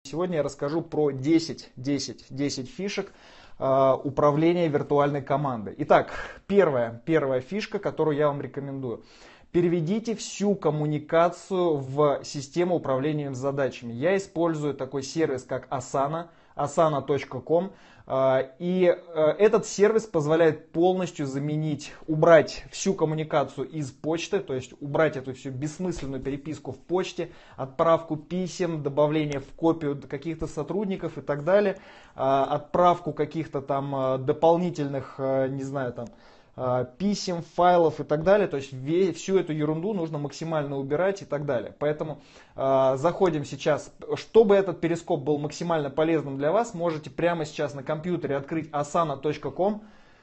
Сегодня я расскажу про 10 фишек управления виртуальной командой. Итак, первая фишка, которую я вам рекомендую. Переведите всю коммуникацию в систему управления задачами. Я использую такой сервис, как Asana, asana.com. И этот сервис позволяет полностью убрать всю коммуникацию из почты, то есть убрать эту всю бессмысленную переписку в почте, отправку писем, добавление в копию каких-то сотрудников и так далее, отправку каких-то там дополнительных, не знаю, там, писем, файлов и так далее. То есть всю эту ерунду нужно максимально убирать и так далее. Поэтому заходим сейчас. Чтобы этот перископ был максимально полезным для вас, можете прямо сейчас на компьютере открыть asana.com.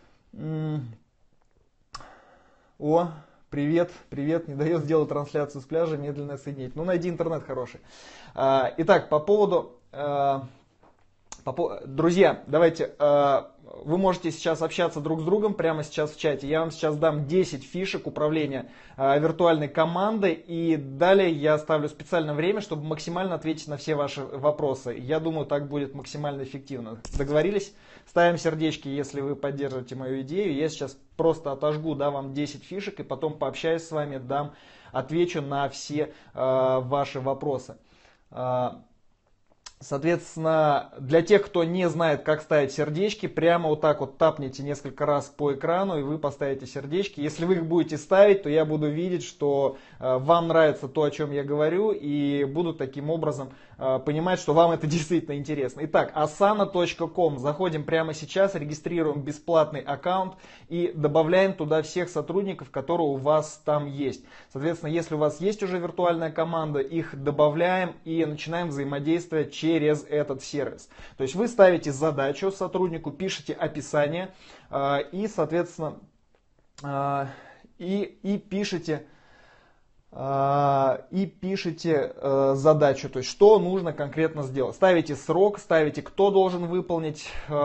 О, привет, не дает сделать трансляцию с пляжа, медленно соединить. Ну, найди интернет хороший. Итак, по поводу... Друзья, давайте, вы можете сейчас общаться друг с другом прямо сейчас в чате. Я вам сейчас дам 10 фишек управления виртуальной командой. И далее я оставлю специальное время, чтобы максимально ответить на все ваши вопросы. Я думаю, так будет максимально эффективно. Договорились? Ставим сердечки, если вы поддерживаете мою идею. Я сейчас просто отожгу, вам 10 фишек и потом пообщаюсь с вами, отвечу на все ваши вопросы. Соответственно, для тех, кто не знает, как ставить сердечки, прямо вот так вот тапните несколько раз по экрану, и вы поставите сердечки. Если вы их будете ставить, то я буду видеть, что вам нравится то, о чем я говорю, и буду таким образом понимать, что вам это действительно интересно. Итак, asana.com. Заходим прямо сейчас, регистрируем бесплатный аккаунт и добавляем туда всех сотрудников, которые у вас там есть. Соответственно, если у вас есть уже виртуальная команда, их добавляем и начинаем взаимодействовать через этот сервис. То есть вы ставите задачу сотруднику, пишете описание и, соответственно, пишете задачу, то есть что нужно конкретно сделать. Ставите срок, ставите, кто должен выполнить,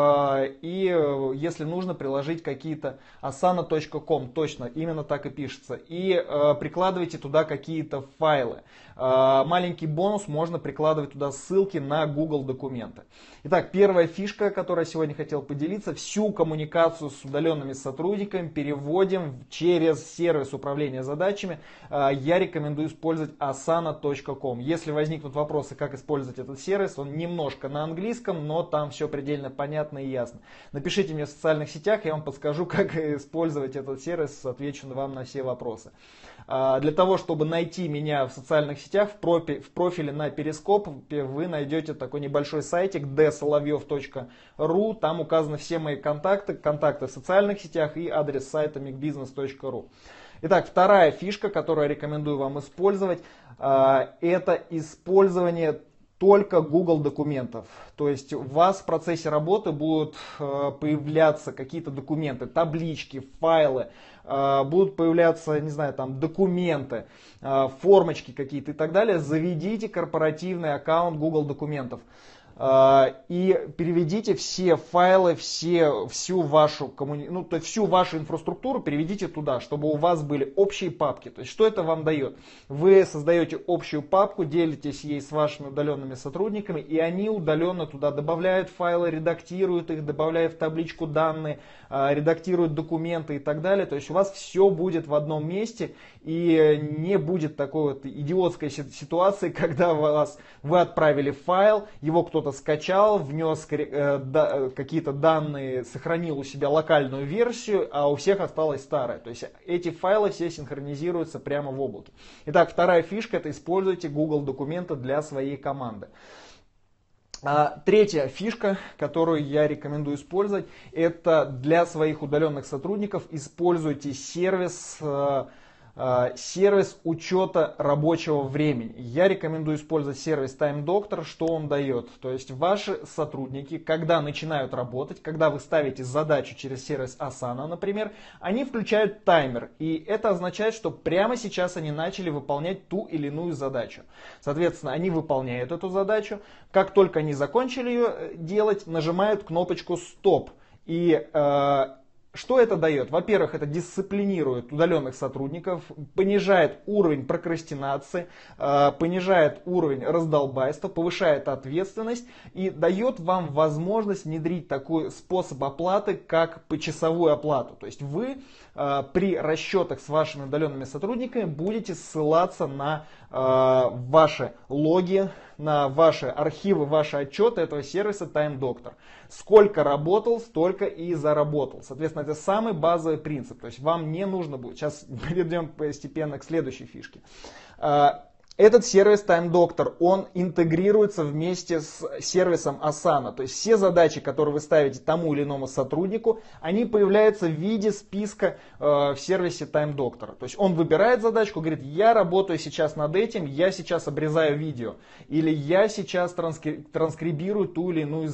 и если нужно приложить какие-то asana.com, точно, именно так и пишется, и прикладывайте туда какие-то файлы. Маленький бонус, можно прикладывать туда ссылки на Google документы. Итак, первая фишка, которой я сегодня хотел поделиться: всю коммуникацию с удаленными сотрудниками переводим через сервис управления задачами. Я рекомендую использовать asana.com. Если возникнут вопросы, как использовать этот сервис, он немножко на английском, но там все предельно понятно и ясно. Напишите мне в социальных сетях, я вам подскажу, как использовать этот сервис, отвечу вам на все вопросы. Для того, чтобы найти меня в социальных сетях, в профиле на Перископе вы найдете такой небольшой сайтик dsolovьев.ru. Там указаны все мои контакты в социальных сетях и адрес сайта micbusiness.ru. Итак, вторая фишка, которую я рекомендую вам использовать, это использование только Google документов. То есть у вас в процессе работы будут появляться какие-то документы, таблички, файлы, будут появляться, не знаю, там документы, формочки какие-то и так далее. Заведите корпоративный аккаунт Google документов. И переведите все файлы, всю вашу инфраструктуру переведите туда, чтобы у вас были общие папки. То есть что это вам дает? Вы создаете общую папку, делитесь ей с вашими удаленными сотрудниками, и они удаленно туда добавляют файлы, редактируют их, добавляют в табличку данные, редактируют документы и так далее. То есть у вас все будет в одном месте, и не будет такой вот идиотской ситуации, когда вы отправили файл, его кто-то скачал, внес какие-то данные, сохранил у себя локальную версию, а у всех осталась старая. То есть эти файлы все синхронизируются прямо в облаке. Итак, вторая фишка — это используйте Google документы для своей команды. Третья фишка, которую я рекомендую использовать, это для своих удаленных сотрудников используйте сервис учета рабочего времени. Я рекомендую использовать сервис Time Doctor. Что он дает? То есть ваши сотрудники, когда начинают работать, когда вы ставите задачу через сервис Asana, например, они включают таймер. И это означает, что прямо сейчас они начали выполнять ту или иную задачу. Соответственно, они выполняют эту задачу. Как только они закончили ее делать, нажимают кнопочку «Стоп». И Что это дает? Во-первых, это дисциплинирует удаленных сотрудников, понижает уровень прокрастинации, понижает уровень раздолбайства, повышает ответственность и дает вам возможность внедрить такой способ оплаты, как почасовую оплату. То есть вы при расчетах с вашими удаленными сотрудниками будете ссылаться на ваши логи, на ваши архивы, ваши отчеты этого сервиса Time Doctor. Сколько работал, столько и заработал. Соответственно, это самый базовый принцип. То есть вам не нужно будет. Сейчас перейдем постепенно к следующей фишке. Этот сервис Time Doctor, он интегрируется вместе с сервисом Asana. То есть все задачи, которые вы ставите тому или иному сотруднику, они появляются в виде списка в сервисе Time Doctor. То есть он выбирает задачку, говорит, я работаю сейчас над этим, я сейчас обрезаю видео. Или я сейчас транскрибирую ту или иную,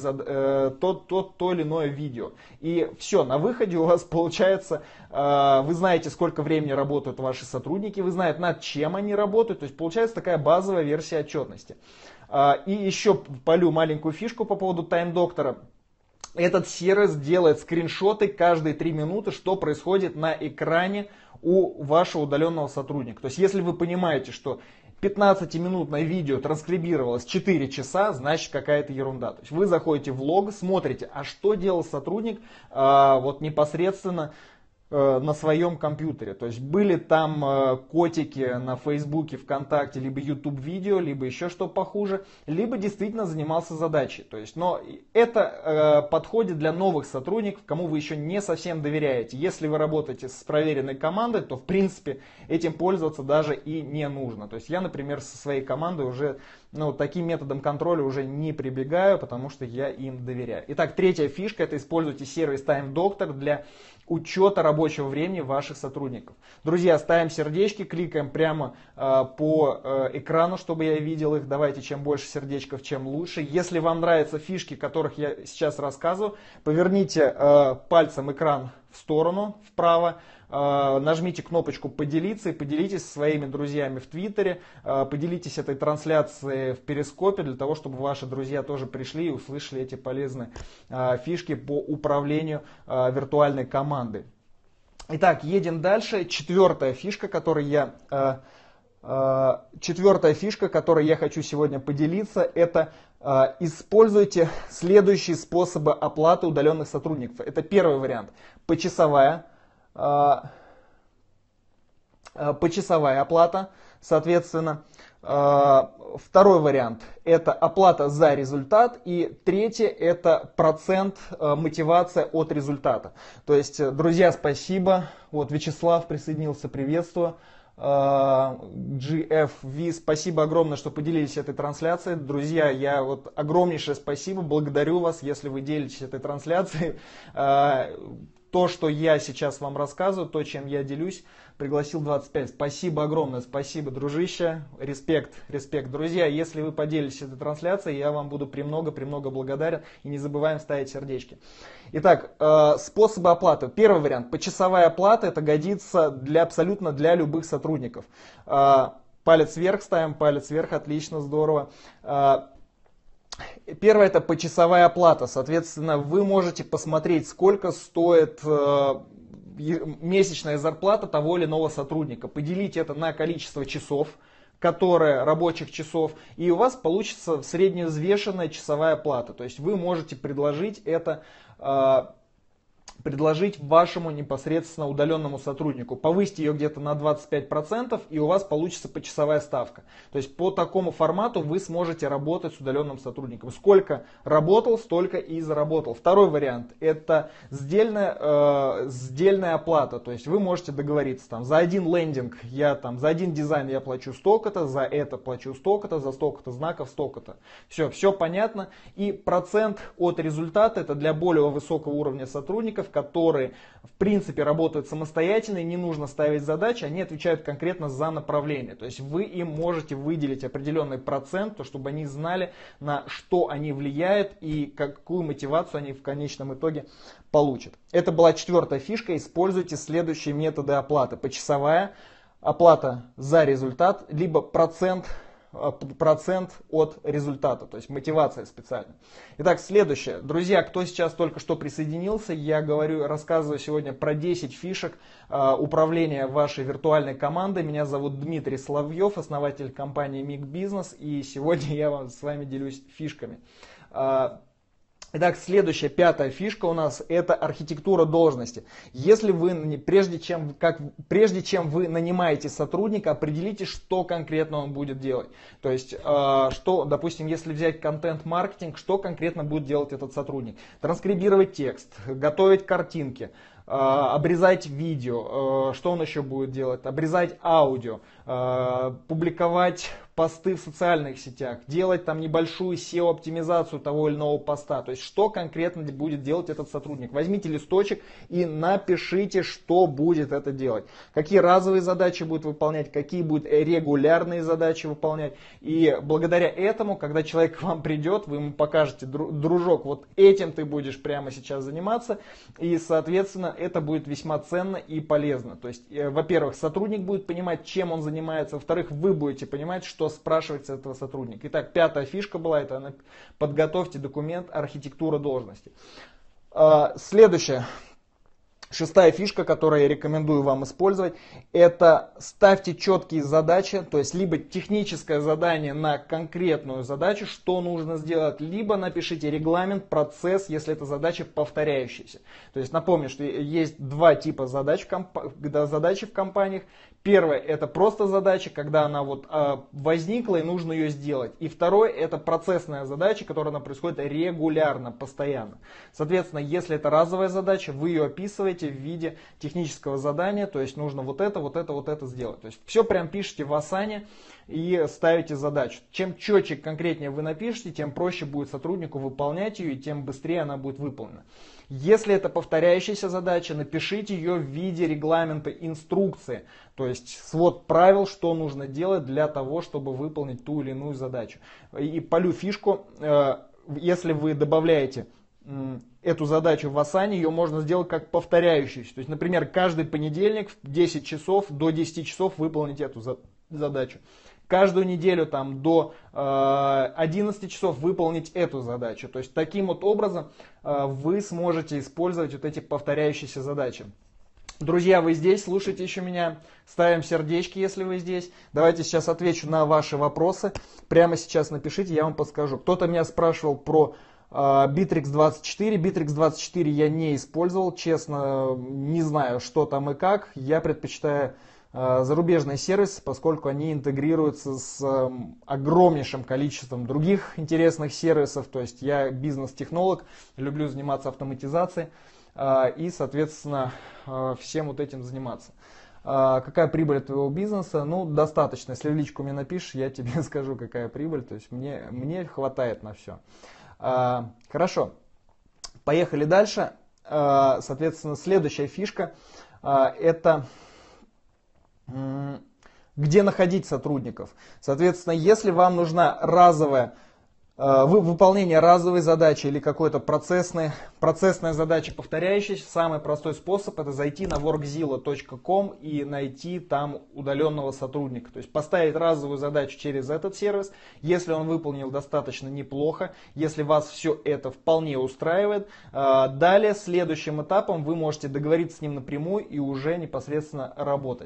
то или иное видео. И все, на выходе у вас получается, вы знаете, сколько времени работают ваши сотрудники, вы знаете, над чем они работают. То есть получается такая базовая версия отчетности. И еще полю маленькую фишку по поводу Time Doctor. Этот сервис делает скриншоты каждые 3 минуты, что происходит на экране у вашего удаленного сотрудника. То есть если вы понимаете, что 15-минутное видео транскрибировалось 4 часа, значит какая-то ерунда. То есть вы заходите в лог, смотрите, а что делал сотрудник вот непосредственно на своем компьютере. То есть были там котики на Фейсбуке, ВКонтакте, либо YouTube видео, либо еще что похуже, либо действительно занимался задачей. То есть, но это подходит для новых сотрудников, кому вы еще не совсем доверяете. Если вы работаете с проверенной командой, то в принципе этим пользоваться даже и не нужно. То есть я, например, со своей командой уже таким методом контроля уже не прибегаю, потому что я им доверяю. Итак, третья фишка — это используйте сервис Time Doctor для учета рабочего времени ваших сотрудников. Друзья, ставим сердечки, кликаем прямо по экрану, чтобы я видел их. Давайте, чем больше сердечков, чем лучше. Если вам нравятся фишки, которых я сейчас рассказываю, поверните пальцем экран в сторону, вправо. Нажмите кнопочку «Поделиться» и поделитесь со своими друзьями в Твиттере, поделитесь этой трансляцией в Перископе, для того, чтобы ваши друзья тоже пришли и услышали эти полезные фишки по управлению виртуальной командой. Итак, едем дальше. Четвертая фишка, которой я хочу сегодня поделиться, это используйте следующие способы оплаты удаленных сотрудников. Это первый вариант – почасовая оплата, соответственно. Второй вариант – это оплата за результат. И третье – это процент мотивация от результата. То есть, друзья, спасибо. Вот Вячеслав присоединился, приветствую. GFV, спасибо огромное, что поделились этой трансляцией. Друзья, я огромнейшее спасибо, благодарю вас, если вы делитесь этой трансляцией. То, что я сейчас вам рассказываю, то, чем я делюсь, пригласил 25. Спасибо огромное, спасибо, дружище, респект, респект. Друзья, если вы поделитесь этой трансляцией, я вам буду премного благодарен. И не забываем ставить сердечки. Итак, способы оплаты. Первый вариант, почасовая оплата, это годится абсолютно для любых сотрудников. Палец вверх ставим, палец вверх, отлично, здорово. Первое — это почасовая оплата. Соответственно, вы можете посмотреть, сколько стоит месячная зарплата того или иного сотрудника. Поделить это на количество часов, рабочих часов, и у вас получится средневзвешенная часовая плата. То есть вы можете предложить вашему непосредственно удаленному сотруднику. Повысьте ее где-то на 25%, и у вас получится почасовая ставка. То есть по такому формату вы сможете работать с удаленным сотрудником. Сколько работал, столько и заработал. Второй вариант – это сдельная оплата. То есть вы можете договориться, за один лендинг, за один дизайн я плачу столько-то, за это плачу столько-то, за столько-то знаков столько-то. Все понятно. И процент от результата – это для более высокого уровня сотрудников, которые в принципе работают самостоятельно, и не нужно ставить задачи, они отвечают конкретно за направление. То есть вы им можете выделить определенный процент, чтобы они знали, на что они влияют и какую мотивацию они в конечном итоге получат. Это была четвертая фишка. Используйте следующие методы оплаты. Почасовая, оплата за результат, либо процент процент от результата, то есть мотивация специально. Итак, следующее. Друзья, кто сейчас только что присоединился, я рассказываю сегодня про 10 фишек управления вашей виртуальной командой. Меня зовут Дмитрий Соловьев, основатель компании MIG Business, и сегодня я с вами делюсь фишками. Итак, следующая, пятая фишка у нас — это архитектура должности. Если вы, прежде чем вы нанимаете сотрудника, определите, что конкретно он будет делать. То есть, допустим, если взять контент-маркетинг, что конкретно будет делать этот сотрудник. Транскрибировать текст, готовить картинки, обрезать видео, что он еще будет делать, обрезать аудио, публиковать посты в социальных сетях, делать там небольшую SEO-оптимизацию того или иного поста. То есть, что конкретно будет делать этот сотрудник. Возьмите листочек и напишите, что будет это делать. Какие разовые задачи будет выполнять, какие будут регулярные задачи выполнять. И благодаря этому, когда человек к вам придет, вы ему покажете: дружок, вот этим ты будешь прямо сейчас заниматься. И, соответственно, это будет весьма ценно и полезно. То есть, во-первых, сотрудник будет понимать, чем он занимается. Во-вторых, вы будете понимать, что спрашивать с этого сотрудника. Итак, пятая фишка была, это подготовьте документ архитектура должности. Следующая, шестая фишка, которую я рекомендую вам использовать, это ставьте четкие задачи, то есть либо техническое задание на конкретную задачу, что нужно сделать, либо напишите регламент, процесс, если это задача повторяющаяся. То есть напомню, что есть два типа задач в компаниях. Первое — это просто задача, когда она возникла и нужно ее сделать. И второе — это процессная задача, которая происходит регулярно, постоянно. Соответственно, если это разовая задача, вы ее описываете в виде технического задания, то есть нужно вот это сделать. То есть все прям пишите в Асане и ставите задачу. Чем четче, конкретнее вы напишите, тем проще будет сотруднику выполнять ее, и тем быстрее она будет выполнена. Если это повторяющаяся задача, напишите ее в виде регламента, инструкции, то есть свод правил, что нужно делать для того, чтобы выполнить ту или иную задачу. И полю фишку, если вы добавляете эту задачу в Асане, ее можно сделать как повторяющуюся. То есть, например, каждый понедельник в 10 часов, до 10 часов выполнить эту задачу. Каждую неделю до 11 часов выполнить эту задачу. То есть таким вот образом вы сможете использовать вот эти повторяющиеся задачи. Друзья, вы здесь, слушайте еще меня, ставим сердечки, если вы здесь. Давайте сейчас отвечу на ваши вопросы. Прямо сейчас напишите, я вам подскажу. Кто-то меня спрашивал про Bittrex24. Bittrex24 я не использовал, честно, не знаю, что там и как. Я предпочитаю зарубежные сервисы, поскольку они интегрируются с огромнейшим количеством других интересных сервисов. То есть я бизнес-технолог, люблю заниматься автоматизацией и, соответственно, всем вот этим заниматься. Какая прибыль от твоего бизнеса? Ну, достаточно. Если в личку мне напишешь, я тебе скажу, какая прибыль. То есть мне хватает на все. Хорошо. Поехали дальше. Соответственно, следующая фишка это где находить сотрудников. Соответственно, если вам нужна выполнение разовой задачи или какой-то процессная задача повторяющаяся, самый простой способ — это зайти на workzilla.com и найти там удаленного сотрудника. То есть поставить разовую задачу через этот сервис, если он выполнил достаточно неплохо, если вас все это вполне устраивает. Далее, следующим этапом вы можете договориться с ним напрямую и уже непосредственно работать.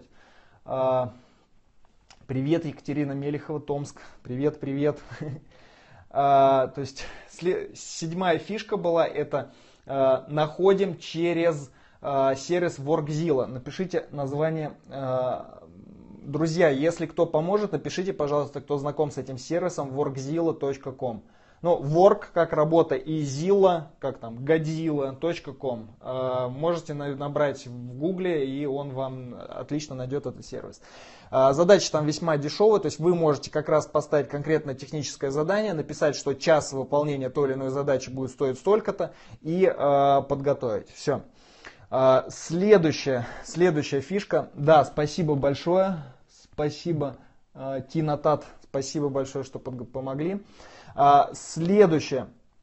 Привет, Екатерина Мелехова, Томск. Привет, привет. То есть седьмая фишка была, это находим через сервис Workzilla. Напишите название. Друзья, если кто поможет, напишите, пожалуйста, кто знаком с этим сервисом, workzilla.com. Ну, work как работа и Zilla, как там, godzilla.com. Можете набрать в гугле, и он вам отлично найдет этот сервис. Задачи там весьма дешевые, то есть вы можете как раз поставить конкретное техническое задание, написать, что час выполнения той или иной задачи будет стоить столько-то, и подготовить. Все. Следующая фишка. Да, спасибо большое. Спасибо, Тинатат. Спасибо большое, что помогли. Следующее.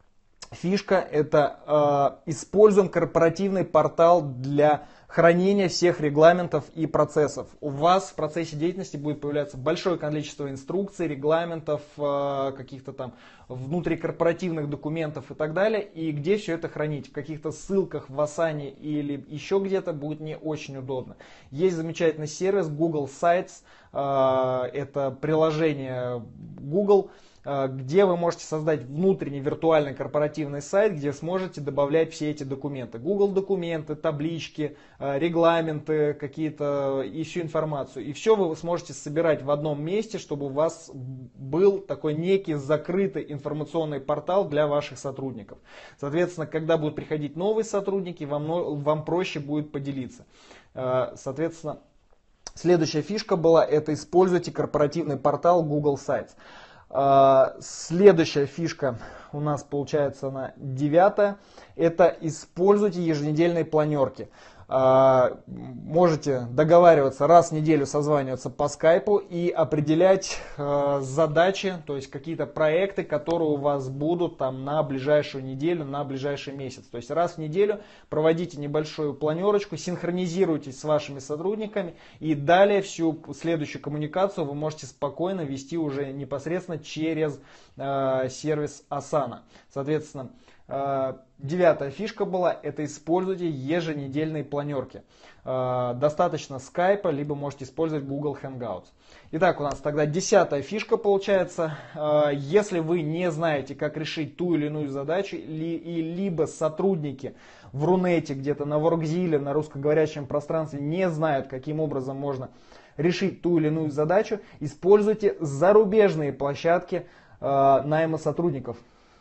фишка — это используем корпоративный портал для хранения всех регламентов и процессов. У вас в процессе деятельности будет появляться большое количество инструкций, регламентов, каких-то там внутрикорпоративных документов и так далее. И где все это хранить? В каких-то ссылках в Asana или еще где-то будет не очень удобно. Есть замечательный сервис Google Sites. Это приложение Google, где вы можете создать внутренний виртуальный корпоративный сайт, где сможете добавлять все эти документы. Google документы, таблички, регламенты, какие-то и всю информацию. И все вы сможете собирать в одном месте, чтобы у вас был такой некий закрытый информационный портал для ваших сотрудников. Соответственно, когда будут приходить новые сотрудники, вам проще будет поделиться. Соответственно, следующая фишка была — это используйте корпоративный портал Google Sites. Следующая фишка у нас получается она 9. Это используйте еженедельные планерки. Можете договариваться, раз в неделю созваниваться по скайпу и определять задачи, то есть какие-то проекты, которые у вас будут там на ближайшую неделю, на ближайший месяц. То есть раз в неделю проводите небольшую планерочку, синхронизируйтесь с вашими сотрудниками, и далее всю следующую коммуникацию вы можете спокойно вести уже непосредственно через сервис Asana. Соответственно, 9 фишка была — это используйте еженедельные планерки. Достаточно скайпа, либо можете использовать Google Hangouts. Итак, у нас тогда 10 фишка получается. Если вы не знаете, как решить ту или иную задачу, либо сотрудники в Рунете, где-то на Workzilla, на русскоговорящем пространстве не знают, каким образом можно решить ту или иную задачу, используйте зарубежные площадки найма сотрудников.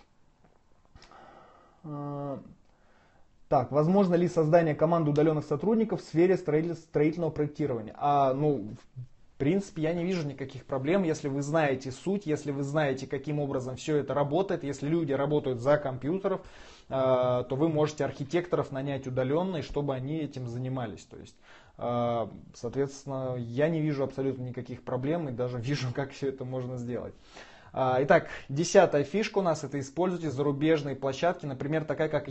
Так, возможно ли создание команды удаленных сотрудников в сфере строительного проектирования? В принципе, я не вижу никаких проблем, если вы знаете суть, если вы знаете, каким образом все это работает, если люди работают за компьютеров, то вы можете архитекторов нанять удаленно, и чтобы они этим занимались. То есть, соответственно, я не вижу абсолютно никаких проблем и даже вижу, как все это можно сделать. Итак, 10 фишка у нас — это используйте зарубежные площадки, например, такая как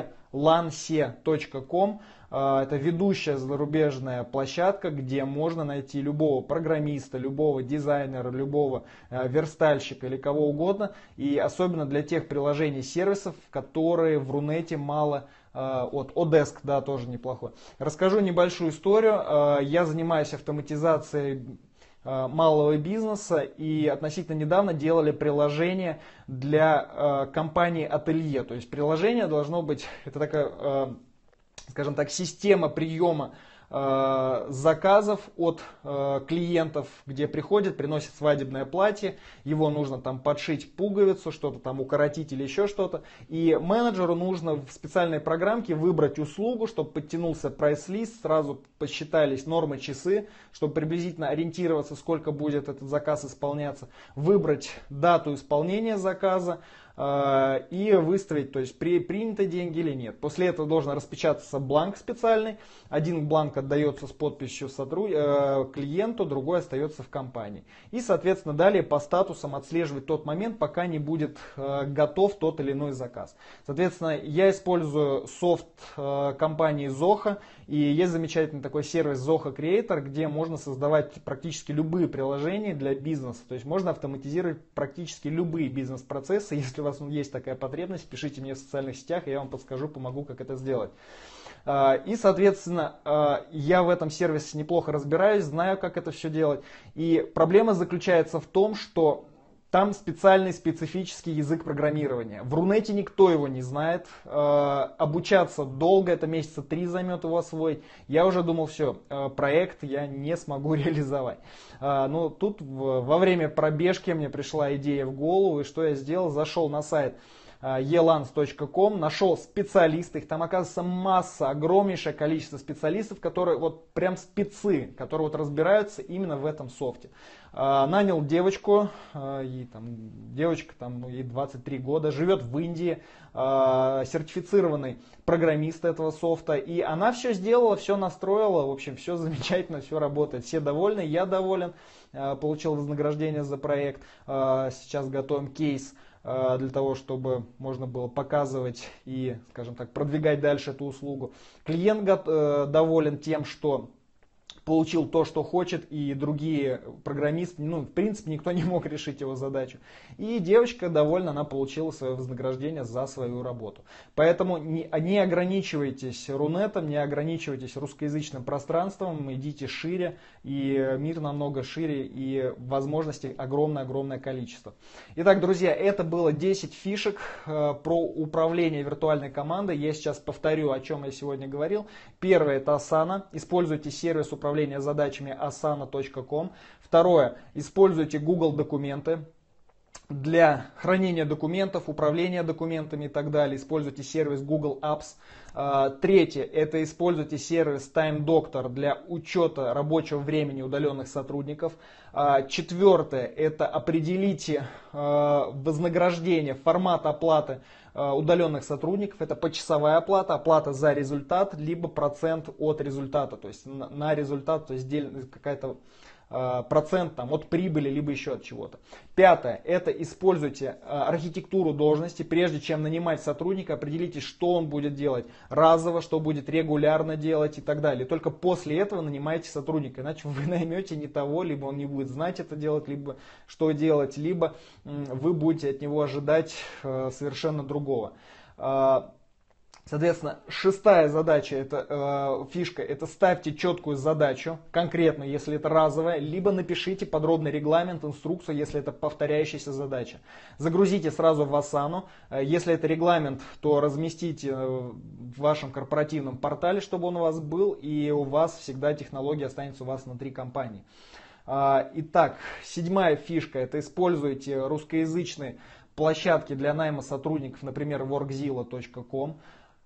elanse.com. Это ведущая зарубежная площадка, где можно найти любого программиста, любого дизайнера, любого верстальщика или кого угодно. И особенно для тех приложений, сервисов, которые в Рунете мало. От Odesk, да, тоже неплохой. Расскажу небольшую историю. Я занимаюсь автоматизацией малого бизнеса и относительно недавно делали приложение для компании Ателье. То есть приложение должно быть, это такая, скажем так, система приема заказов от клиентов, где приходят, приносят свадебное платье, его нужно там подшить пуговицу, что-то там укоротить или еще что-то. И менеджеру нужно в специальной программке выбрать услугу, чтобы подтянулся прайс-лист, сразу посчитались нормы часы, чтобы приблизительно ориентироваться, сколько будет этот заказ исполняться, выбрать дату исполнения заказа, и выставить, то есть приняты деньги или нет. После этого должен распечататься бланк специальный. Один бланк отдается с подписью клиенту, другой остается в компании. И, соответственно, далее по статусам отслеживать тот момент, пока не будет готов тот или иной заказ. Соответственно, я использую софт компании Zoho, и есть замечательный такой сервис Zoho Creator, где можно создавать практически любые приложения для бизнеса. То есть можно автоматизировать практически любые бизнес-процессы. Если у вас есть такая потребность, пишите мне в социальных сетях, я вам подскажу, помогу, как это сделать. И, соответственно, я в этом сервисе неплохо разбираюсь, знаю, как это все делать. И проблема заключается в том, что там специальный специфический язык программирования. В Рунете никто его не знает. Обучаться долго, это месяца 3 займет его освоить. Я уже думал, все, проект я не смогу реализовать. Но тут во время пробежки мне пришла идея в голову, и что я сделал? Зашел на сайт elans.com, нашел специалистов, их там оказывается масса, огромнейшее количество специалистов, которые вот прям спецы, которые вот разбираются именно в этом софте. Нанял девочку, девочка там, ей 23 года, живет в Индии, сертифицированный программист этого софта, и она все сделала, все настроила, в общем, все замечательно, все работает, все довольны, я доволен, получил вознаграждение за проект, сейчас готовим кейс для того, чтобы можно было показывать и, скажем так, продвигать дальше эту услугу. Клиент доволен тем, что получил то, что хочет, и другие программисты, в принципе, никто не мог решить его задачу. И девочка довольна, она получила свое вознаграждение за свою работу. Поэтому не ограничивайтесь Рунетом, не ограничивайтесь русскоязычным пространством, идите шире, и мир намного шире, и возможностей огромное-огромное количество. Итак, друзья, это было 10 фишек про управление виртуальной командой. Я сейчас повторю, о чем я сегодня говорил. Первое — это Asana. Используйте сервис управления задачами asana.com. Второе. Используйте Google документы для хранения документов, управления документами и так далее. Используйте сервис Google Apps. Третье. Это используйте сервис Time Doctor для учета рабочего времени удаленных сотрудников. Четвертое. Это определите вознаграждение, формат оплаты удаленных сотрудников. Это почасовая оплата, оплата за результат, либо процент от результата. То есть на результат, то есть какая-то процент от прибыли, либо еще от чего-то. Пятое. Это используйте архитектуру должности. Прежде чем нанимать сотрудника, определитесь, что он будет делать разово, что будет регулярно делать и так далее. Только после этого нанимайте сотрудника. Иначе вы наймете не того, либо он не будет знать это делать, либо что делать, либо вы будете от него ожидать совершенно другого. Соответственно, шестая задача, фишка, это ставьте четкую задачу, конкретно, если это разовая, либо напишите подробный регламент, инструкцию, если это повторяющаяся задача. Загрузите сразу в Asana. Если это регламент, то разместите в вашем корпоративном портале, чтобы он у вас был, и у вас всегда технология останется у вас внутри компании. Итак, седьмая фишка, это используйте русскоязычные площадки для найма сотрудников, например, workzilla.com.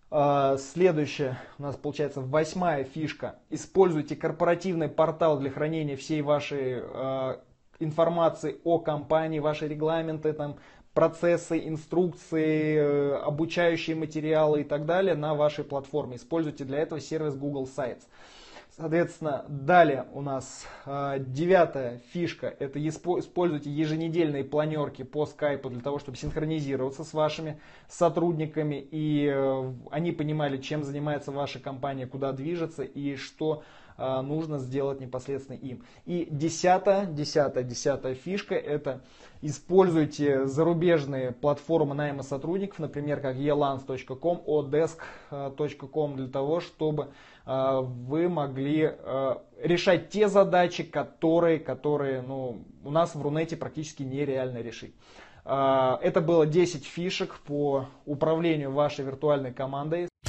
Следующая у нас получается восьмая фишка. Используйте корпоративный портал для хранения всей вашей информации о компании, ваши регламенты, процессы, инструкции, обучающие материалы и так далее на вашей платформе. Используйте для этого сервис Google Sites. Соответственно, далее у нас девятая фишка. Это используйте еженедельные планерки по скайпу для того, чтобы синхронизироваться с вашими сотрудниками. И они понимали, чем занимается ваша компания, куда движется и что нужно сделать непосредственно им. И десятая фишка. Это используйте зарубежные платформы найма сотрудников, например, как elance.com, odesk.com, для того, чтобы вы могли решать те задачи, которые у нас в Рунете практически нереально решить. Это было 10 фишек по управлению вашей виртуальной командой.